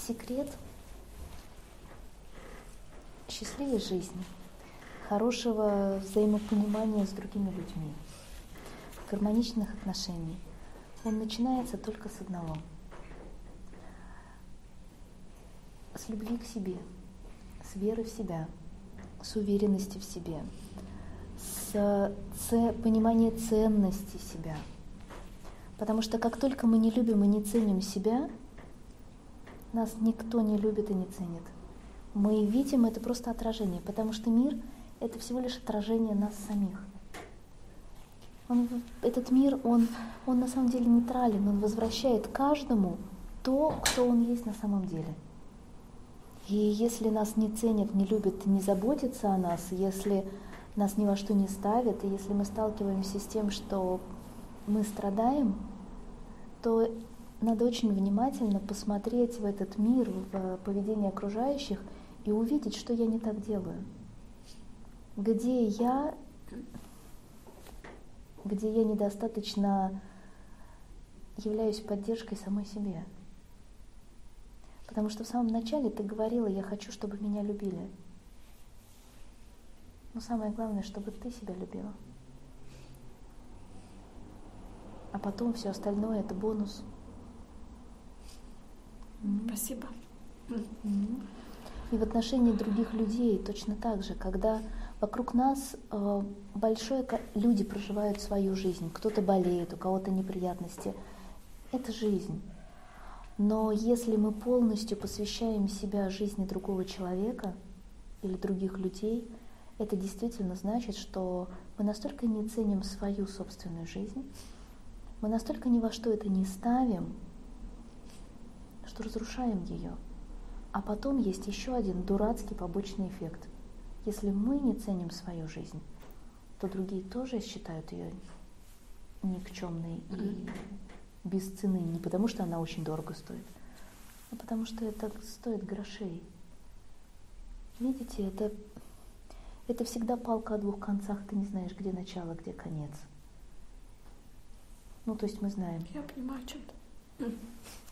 секрет счастливой жизни, хорошего взаимопонимания с другими людьми, гармоничных отношений, он начинается только с одного. С любви к себе, с веры в себя, с уверенности в себе, с понимания ценности себя. Потому что как только мы не любим и не ценим себя, нас никто не любит и не ценит. Мы видим это просто отражение, потому что мир — это всего лишь отражение нас самих. Этот мир, он на самом деле нейтрален, он возвращает каждому то, кто он есть на самом деле. И если нас не ценят, не любят, не заботятся о нас, если нас ни во что не ставят, и если мы сталкиваемся с тем, что мы страдаем, то надо очень внимательно посмотреть в этот мир, в поведение окружающих и увидеть, что я не так делаю. Где я недостаточно являюсь поддержкой самой себе. Потому что в самом начале ты говорила: я хочу, чтобы меня любили. Но самое главное, чтобы ты себя любила. А потом все остальное — это бонус. Спасибо. И в отношении других людей точно так же, когда вокруг нас люди проживают свою жизнь, кто-то болеет, у кого-то неприятности. Это жизнь. Но если мы полностью посвящаем себя жизни другого человека или других людей, это действительно значит, что мы настолько не ценим свою собственную жизнь, мы настолько ни во что это не ставим, что разрушаем ее. А потом есть еще один дурацкий побочный эффект. Если мы не ценим свою жизнь, то другие тоже считают ее никчемной и без цены. Не потому, что она очень дорого стоит, а потому что это стоит грошей. Видите, это всегда палка о двух концах. Ты не знаешь, где начало, где конец. То есть мы знаем. Я понимаю, о чем ты.